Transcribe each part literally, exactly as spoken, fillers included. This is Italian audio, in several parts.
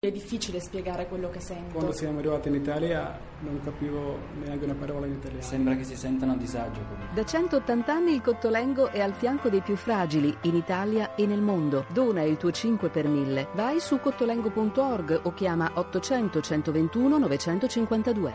È difficile spiegare quello che sento. Quando siamo arrivati in Italia non capivo neanche una parola in italiano. Sembra che si sentano a disagio con me. Da centottanta anni il Cottolengo è al fianco dei più fragili in Italia e nel mondo. Dona il tuo cinque per mille. Vai su cottolengo punto org o chiama ottocento centoventuno novecentocinquantadue.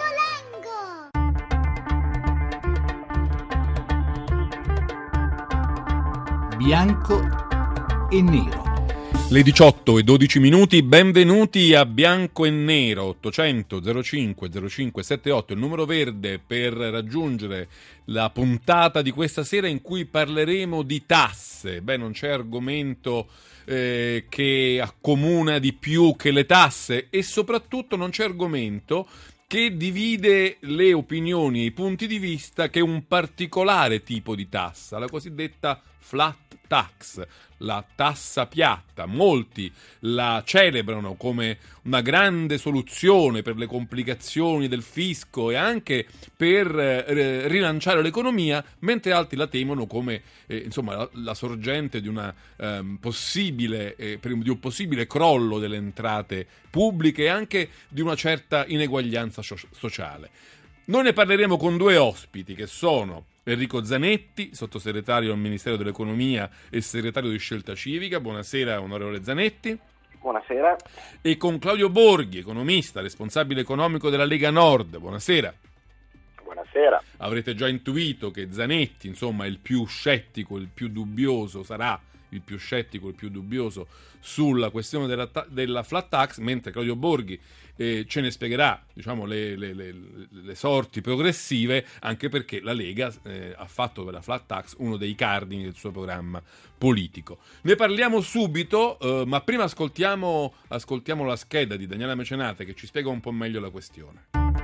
Bianco e nero. Le diciotto e dodici minuti, benvenuti a Bianco e Nero. Ottocento zero cinque zero cinque settantotto, il numero verde per raggiungere la puntata di questa sera in cui parleremo di tasse. Beh, non c'è argomento eh, che accomuna di più che le tasse, e soprattutto non c'è argomento che divide le opinioni e i punti di vista che un particolare tipo di tassa, la cosiddetta flat tax, la tassa piatta. Molti la celebrano come una grande soluzione per le complicazioni del fisco e anche per eh, rilanciare l'economia, mentre altri la temono come eh, insomma la, la sorgente di una ehm, possibile eh, per, di un possibile crollo delle entrate pubbliche e anche di una certa ineguaglianza so- sociale. Noi ne parleremo con due ospiti che sono Enrico Zanetti, sottosegretario al Ministero dell'Economia e segretario di Scelta Civica. Buonasera, onorevole Zanetti. Buonasera. E con Claudio Borghi, economista, responsabile economico della Lega Nord. Buonasera. Buonasera. Avrete già intuito che Zanetti, insomma, è il più scettico, il più dubbioso, sarà il più scettico, il più dubbioso sulla questione della, della flat tax, mentre Claudio Borghi eh, ce ne spiegherà, diciamo, le, le, le, le sorti progressive, anche perché la Lega eh, ha fatto per la flat tax uno dei cardini del suo programma politico. Ne parliamo subito, eh, ma prima ascoltiamo, ascoltiamo la scheda di Daniela Mecenate che ci spiega un po' meglio la questione.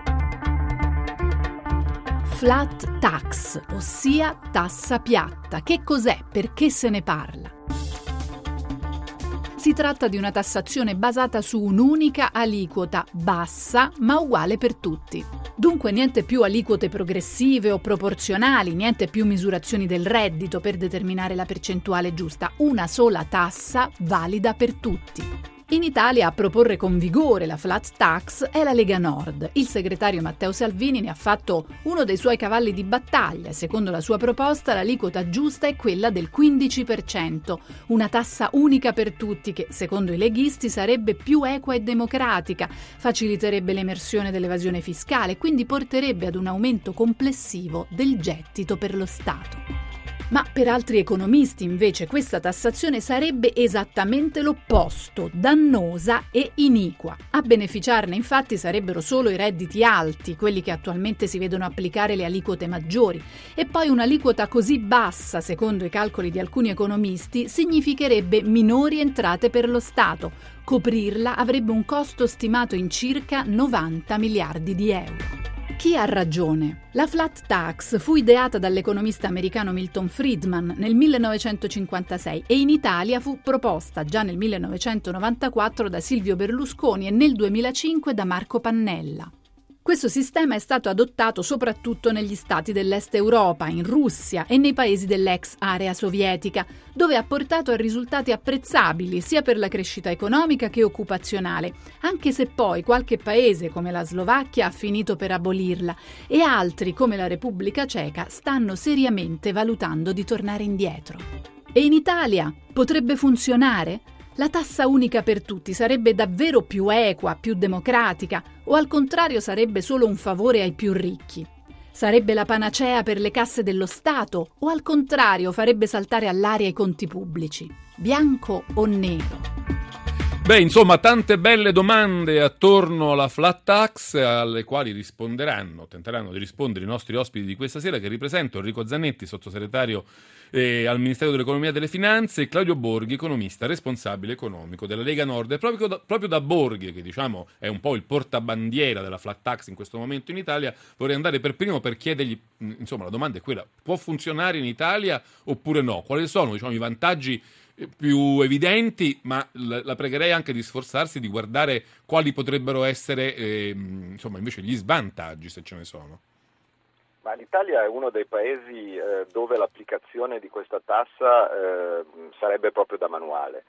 Flat tax, ossia tassa piatta. Che cos'è? Perché se ne parla? Si tratta di una tassazione basata su un'unica aliquota, bassa ma uguale per tutti. Dunque niente più aliquote progressive o proporzionali, niente più misurazioni del reddito per determinare la percentuale giusta, una sola tassa valida per tutti. In Italia a proporre con vigore la flat tax è la Lega Nord. Il segretario Matteo Salvini ne ha fatto uno dei suoi cavalli di battaglia. Secondo la sua proposta l'aliquota giusta è quella del quindici per cento, una tassa unica per tutti che, secondo i leghisti, sarebbe più equa e democratica, faciliterebbe l'emersione dell'evasione fiscale e quindi porterebbe ad un aumento complessivo del gettito per lo Stato. Ma per altri economisti, invece, questa tassazione sarebbe esattamente l'opposto, dannosa e iniqua. A beneficiarne, infatti, sarebbero solo i redditi alti, quelli che attualmente si vedono applicare le aliquote maggiori. E poi un'aliquota così bassa, secondo i calcoli di alcuni economisti, significherebbe minori entrate per lo Stato. Coprirla avrebbe un costo stimato in circa novanta miliardi di euro. Chi ha ragione? La flat tax fu ideata dall'economista americano Milton Friedman nel millenovecentocinquantasei e in Italia fu proposta già nel millenovecentonovantaquattro da Silvio Berlusconi e nel duemilacinque da Marco Pannella. Questo sistema è stato adottato soprattutto negli stati dell'Est Europa, in Russia e nei paesi dell'ex area sovietica, dove ha portato a risultati apprezzabili sia per la crescita economica che occupazionale, anche se poi qualche paese come la Slovacchia ha finito per abolirla e altri come la Repubblica Ceca stanno seriamente valutando di tornare indietro. E in Italia potrebbe funzionare? La tassa unica per tutti sarebbe davvero più equa, più democratica, o al contrario sarebbe solo un favore ai più ricchi? Sarebbe la panacea per le casse dello Stato, o al contrario farebbe saltare all'aria i conti pubblici? Bianco o nero? Beh, insomma, tante belle domande attorno alla flat tax alle quali risponderanno, tenteranno di rispondere i nostri ospiti di questa sera, che ripresento: Enrico Zanetti, sottosegretario eh, al Ministero dell'Economia e delle Finanze, e Claudio Borghi, economista responsabile economico della Lega Nord. E proprio da, proprio da Borghi, che diciamo è un po' il portabandiera della flat tax in questo momento in Italia, vorrei andare per primo per chiedergli, insomma, la domanda è quella: può funzionare in Italia oppure no? Quali sono, diciamo, i vantaggi più evidenti, ma la pregherei anche di sforzarsi di guardare quali potrebbero essere eh, insomma invece gli svantaggi, se ce ne sono. Ma l'Italia è uno dei paesi eh, dove l'applicazione di questa tassa eh, sarebbe proprio da manuale.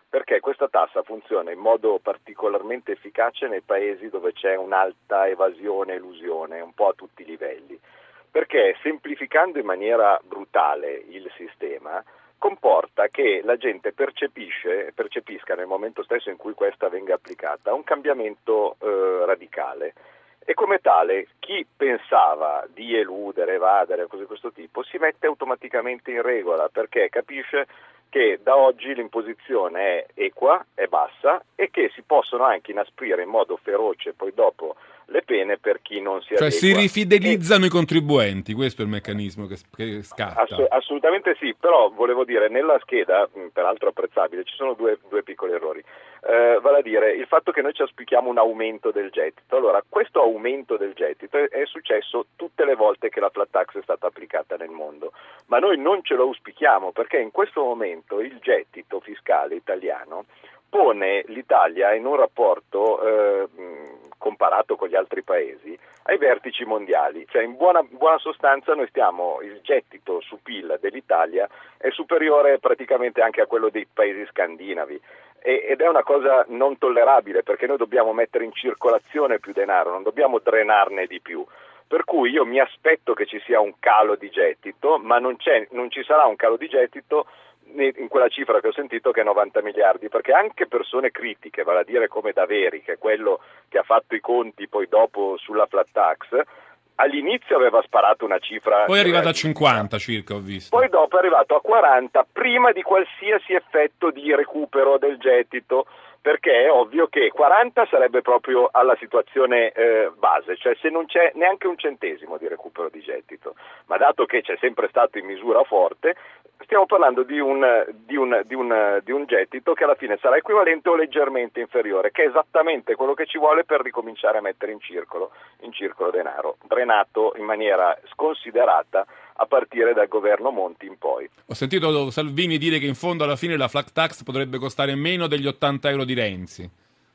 perché questa tassa funziona in modo particolarmente efficace nei paesi dove c'è un'alta evasione e elusione, un po' a tutti i livelli, perché semplificando in maniera brutale il sistema comporta che la gente percepisce, percepisca nel momento stesso in cui questa venga applicata un cambiamento eh, radicale. E come tale chi pensava di eludere, evadere, cose di questo tipo, si mette automaticamente in regola perché capisce che da oggi l'imposizione è equa, è bassa e che si possono anche inasprire in modo feroce poi dopo le pene per chi non si adegua. Cioè si rifidelizzano e... i contribuenti, questo è il meccanismo che, che scatta. Ass- assolutamente sì, però volevo dire, nella scheda, peraltro apprezzabile, ci sono due, due piccoli errori. Eh, vale a dire il fatto che noi ci auspichiamo un aumento del gettito. Allora, questo aumento del gettito è, è successo tutte le volte che la flat tax è stata applicata nel mondo, ma noi non ce lo auspichiamo perché in questo momento il gettito fiscale italiano pone l'Italia in un rapporto eh, comparato con gli altri paesi ai vertici mondiali, cioè in buona, buona sostanza noi stiamo, il gettito su P I L dell'Italia è superiore praticamente anche a quello dei paesi scandinavi e, ed è una cosa non tollerabile perché noi dobbiamo mettere in circolazione più denaro, non dobbiamo drenarne di più. Per cui io mi aspetto che ci sia un calo di gettito, ma non, c'è, non ci sarà un calo di gettito in quella cifra che ho sentito che è novanta miliardi, perché anche persone critiche, vale a dire come Daveri, che è quello che ha fatto i conti poi dopo sulla flat tax, all'inizio aveva sparato una cifra... Poi è arrivato a cinquanta circa, ho visto. Poi dopo è arrivato a quaranta, prima di qualsiasi effetto di recupero del gettito, perché è ovvio che quaranta sarebbe proprio alla situazione eh, base, cioè se non c'è neanche un centesimo di recupero di gettito, ma dato che c'è sempre stato in misura forte, stiamo parlando di un, di un, di un, di un gettito che alla fine sarà equivalente o leggermente inferiore, che è esattamente quello che ci vuole per ricominciare a mettere in circolo, in circolo denaro, drenato in maniera sconsiderata a partire dal governo Monti in poi. Ho sentito Salvini dire che in fondo alla fine la flat tax potrebbe costare meno degli ottanta euro di Renzi.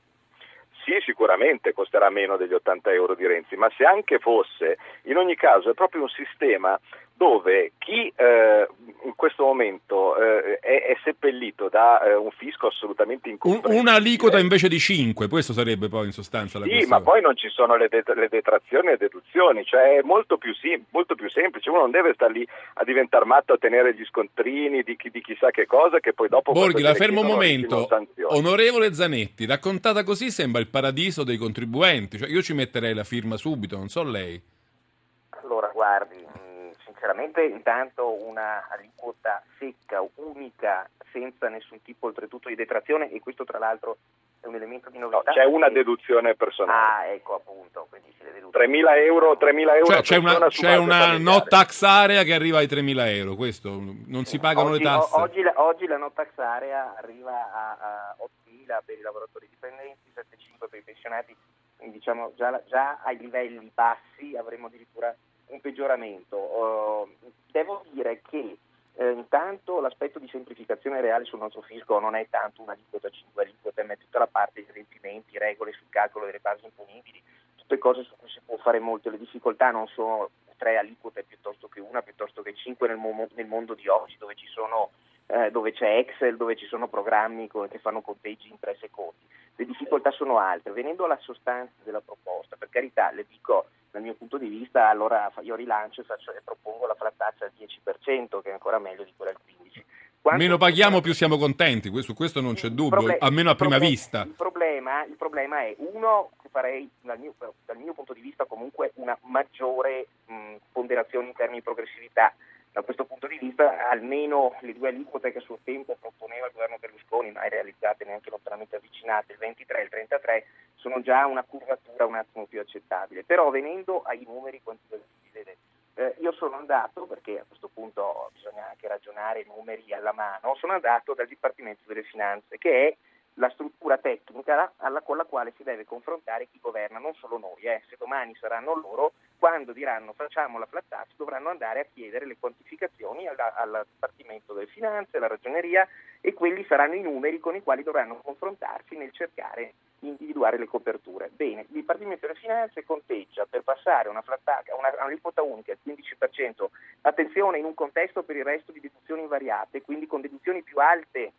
Sì, sicuramente costerà meno degli ottanta euro di Renzi, ma se anche fosse, in ogni caso è proprio un sistema dove chi eh, in questo momento eh, è, è seppellito da eh, un fisco assolutamente incomprensibile. Un, un'aliquota invece di cinque, questo sarebbe poi in sostanza la Sì, questione. ma poi non ci sono le, det- le detrazioni e le deduzioni, cioè è molto più, sim- molto più semplice, uno non deve star lì a diventare matto a tenere gli scontrini di, chi- di chissà che cosa che poi dopo... Borghi, la fermo un chiedono, momento, onorevole Zanetti, raccontata così sembra il paradiso dei contribuenti, cioè io ci metterei la firma subito, non so lei. Allora, guardi, sinceramente intanto una aliquota secca, unica, senza nessun tipo oltretutto di detrazione, e questo tra l'altro è un elemento di novità. No, c'è una deduzione personale. Ah, ecco appunto, quindi si deve tremila euro, tremila euro. Cioè c'è una, c'è una no tax area che arriva ai tremila euro, questo, non si pagano oggi, le tasse. Oggi la, oggi la no tax area arriva a, a ottomila per i lavoratori dipendenti, sette virgola cinque per i pensionati, quindi diciamo già, già ai livelli bassi avremo addirittura un peggioramento. Uh, devo dire che eh, intanto l'aspetto di semplificazione reale sul nostro fisco non è tanto un'aliquota cinque aliquote, ma è tutta la parte di adempimenti, regole sul calcolo delle basi imponibili, tutte cose su cui si può fare molto. Le difficoltà non sono tre aliquote piuttosto che una, piuttosto che cinque nel, mo- nel mondo di oggi, dove ci sono eh, dove c'è Excel, dove ci sono programmi co- che fanno conteggi in tre secondi. Le difficoltà sono altre. Venendo alla sostanza della proposta, per carità, le dico dal mio punto di vista, allora io rilancio e, faccio, e propongo la flat tax al dieci per cento, che è ancora meglio di quella al quindici per cento. Quanto Meno paghiamo più siamo contenti, su questo non c'è dubbio, problem- almeno a prima problem- vista. Il problema, il problema è, uno, che farei dal mio, dal mio punto di vista comunque una maggiore mh, ponderazione in termini di progressività. Da questo punto di vista almeno le due aliquote che a suo tempo proponeva il governo Berlusconi, mai realizzate neanche lontanamente avvicinate, il ventitré e il trentatré, sono già una curvatura un attimo più accettabile. Però venendo ai numeri quantitativi, eh, io sono andato, perché a questo punto bisogna anche ragionare numeri alla mano, sono andato dal Dipartimento delle Finanze, che è la struttura tecnica alla, con la quale si deve confrontare chi governa, non solo noi, eh. Se domani saranno loro, quando diranno facciamo la flat tax, dovranno andare a chiedere le quantificazioni alla, al Dipartimento delle Finanze, alla Ragioneria, e quelli saranno i numeri con i quali dovranno confrontarsi nel cercare di individuare le coperture. Bene, il Dipartimento delle Finanze conteggia per passare una flat tax, una, un'aliquota unica al quindici per cento, attenzione, in un contesto per il resto di deduzioni invariate, quindi con deduzioni più alte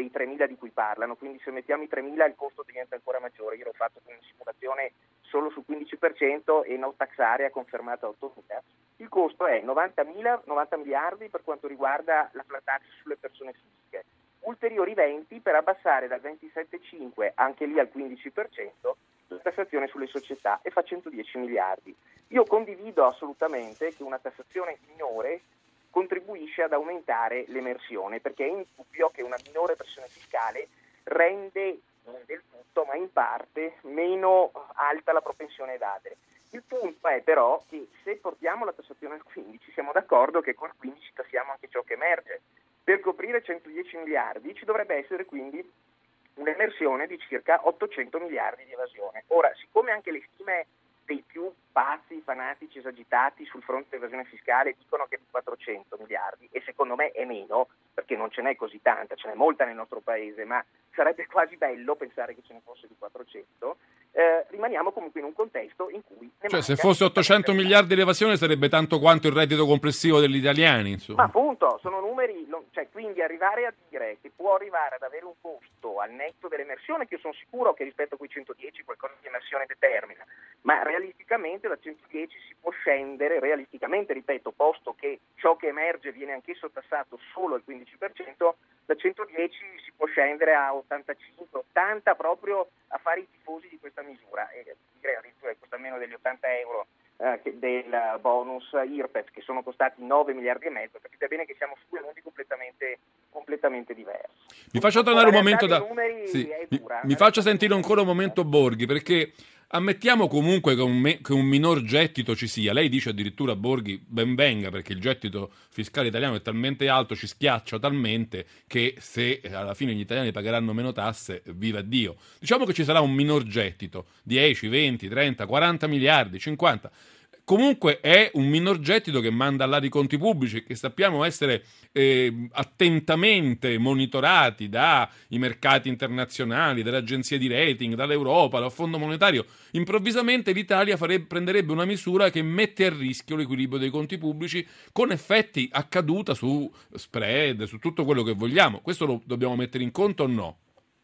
dei tremila di cui parlano, quindi se mettiamo i tremila il costo diventa ancora maggiore. Io l'ho fatto con una simulazione solo sul quindici per cento e no tax area confermata a ottomila. Il costo è novanta miliardi per quanto riguarda la flat tax sulle persone fisiche, ulteriori venti per abbassare dal ventisette virgola cinque anche lì al quindici per cento la tassazione sulle società e fa centodieci miliardi. Io condivido assolutamente che una tassazione minore contribuisce ad aumentare l'emersione, perché è indubbio che una minore pressione fiscale rende non del tutto, ma in parte meno alta la propensione a evadere. Il punto è però che se portiamo la tassazione al quindici, siamo d'accordo che col quindici tassiamo anche ciò che emerge. Per coprire centodieci miliardi ci dovrebbe essere quindi un'emersione di circa ottocento miliardi di evasione. Ora, siccome anche le stime dei più pazzi, fanatici, esagitati sul fronte dell'evasione fiscale dicono che è di quattrocento miliardi, e secondo me è meno, perché non ce n'è così tanta, ce n'è molta nel nostro paese, ma sarebbe quasi bello pensare che ce ne fosse di quattrocento, eh, rimaniamo comunque in un contesto in cui... Ne cioè se fosse ottocento miliardi di evasione sarebbe tanto quanto il reddito complessivo degli italiani, insomma. Ma appunto, sono numeri, cioè quindi arrivare a dire che può arrivare ad avere un costo al netto dell'emersione, che io sono sicuro che rispetto a quei centodieci qualcosa di emersione determina, ma realisticamente da centodieci si può scendere, realisticamente ripeto, posto che ciò che emerge viene anch'esso tassato solo al quindici per cento, da centodieci si può scendere a ottantacinque ottanta proprio a fare i tifosi di questa misura, e direi addirittura che costa meno degli ottanta euro eh, che del bonus I R P E F, che sono costati nove miliardi e mezzo. Capite bene che siamo su due mondi completamente, completamente diversi. Mi faccio tornare un momento da... Sì. Dura, mi, mi faccio sentire ancora un momento Borghi, perché ammettiamo comunque che un, me, che un minor gettito ci sia. Lei dice addirittura, Borghi, ben venga, perché il gettito fiscale italiano è talmente alto, ci schiaccia talmente, che se alla fine gli italiani pagheranno meno tasse, viva Dio. Diciamo che ci sarà un minor gettito, dieci, venti, trenta, quaranta miliardi, cinquanta. Comunque è un minor gettito che manda all'aria i conti pubblici, che sappiamo essere eh, attentamente monitorati dai mercati internazionali, dalle agenzie di rating, dall'Europa, dal Fondo Monetario. Improvvisamente l'Italia farebbe, prenderebbe una misura che mette a rischio l'equilibrio dei conti pubblici, con effetti a caduta su spread, su tutto quello che vogliamo. Questo lo dobbiamo mettere in conto o no?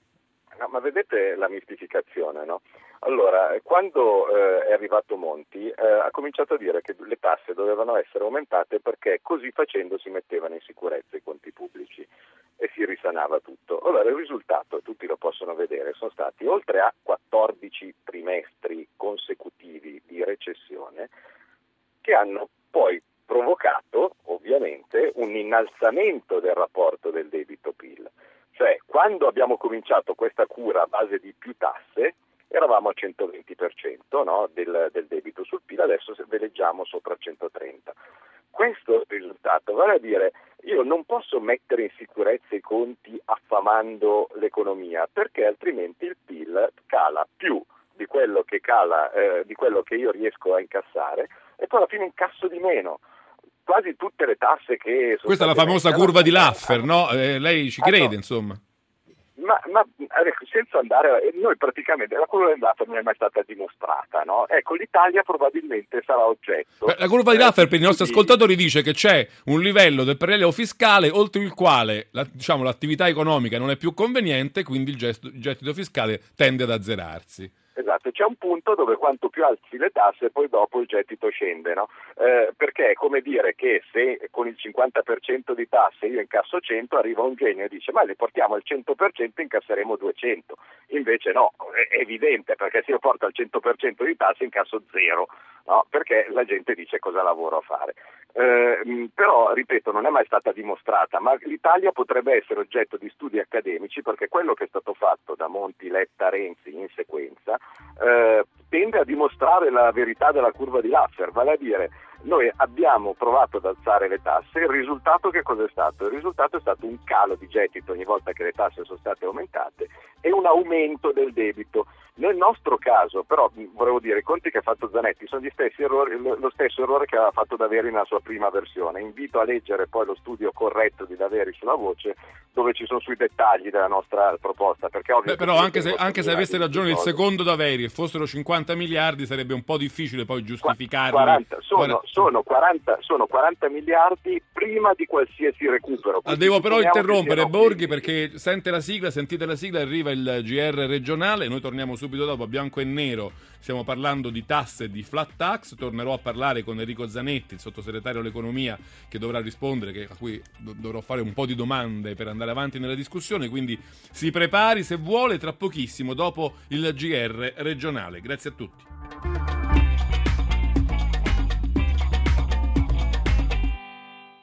No, ma vedete la mistificazione, no? Allora, quando eh, è arrivato Monti, eh, ha cominciato a dire che le tasse dovevano essere aumentate perché così facendo si mettevano in sicurezza i conti pubblici e si risanava tutto. Allora, il risultato, tutti lo possono vedere, sono stati oltre a quattordici trimestri consecutivi di recessione che hanno poi provocato, ovviamente, un innalzamento del rapporto del debito-P I L. Cioè, quando abbiamo cominciato questa cura a base di più tasse, eravamo al centoventi per cento, no, del, del debito sul P I L, adesso veleggiamo sopra il centotrenta. Questo è il risultato, vale a dire, io non posso mettere in sicurezza i conti affamando l'economia, perché altrimenti il P I L cala più di quello che cala, eh, di quello che io riesco a incassare, e poi alla fine incasso di meno. Quasi tutte le tasse che... Sono Questa è la famosa curva di Laffer, no? Eh, lei ci crede, ah, no. insomma. Ma, ma senza andare, noi praticamente la curva di Laffer non è mai stata dimostrata, no? Ecco, l'Italia probabilmente sarà oggetto. Beh, la curva di Laffer eh, per i nostri di... ascoltatori dice che c'è un livello del prelievo fiscale oltre il quale la, diciamo, l'attività economica non è più conveniente, quindi il, gesto, il gettito fiscale tende ad azzerarsi. Esatto, c'è un punto dove quanto più alzi le tasse poi dopo il gettito scende, no? Eh, perché è come dire che se con il cinquanta per cento di tasse io incasso cento, arriva un genio e dice ma le portiamo al cento per cento, incasseremo duecento. Invece no, è evidente, perché se io porto al cento per cento di tasse incasso zero, no? Perché la gente dice cosa lavoro a fare. Eh, però, ripeto, non è mai stata dimostrata, ma l'Italia potrebbe essere oggetto di studi accademici, perché quello che è stato fatto da Monti, Letta, Renzi in sequenza eh, tende a dimostrare la verità della curva di Laffer, vale a dire noi abbiamo provato ad alzare le tasse, il risultato che cosa è stato? Il risultato è stato un calo di gettito ogni volta che le tasse sono state aumentate e un aumento del debito. Nel nostro caso, però, volevo dire, i conti che ha fatto Zanetti sono gli stessi errori, lo stesso errore che aveva fatto Daveri nella sua prima versione. Invito a leggere poi lo studio corretto di Daveri sulla voce, dove ci sono sui dettagli della nostra proposta. Perché ovvio Beh, però anche se, anche se avesse ragione il secondo Daveri e fossero cinquanta miliardi, sarebbe un po' difficile poi giustificarli. quaranta, sono, quaranta. Sono, quaranta, sono quaranta miliardi prima di qualsiasi recupero. Ah, devo però interrompere Borghi perché sente la sigla, sentite la sigla, arriva il G R regionale, noi torniamo subito dopo a Bianco e Nero, stiamo parlando di tasse e di flat tax, tornerò a parlare con Enrico Zanetti, il sottosegretario all'economia, che dovrà rispondere, che, a cui do- dovrò fare un po' di domande per andare avanti nella discussione, quindi si prepari se vuole tra pochissimo dopo il G R regionale. Grazie a tutti.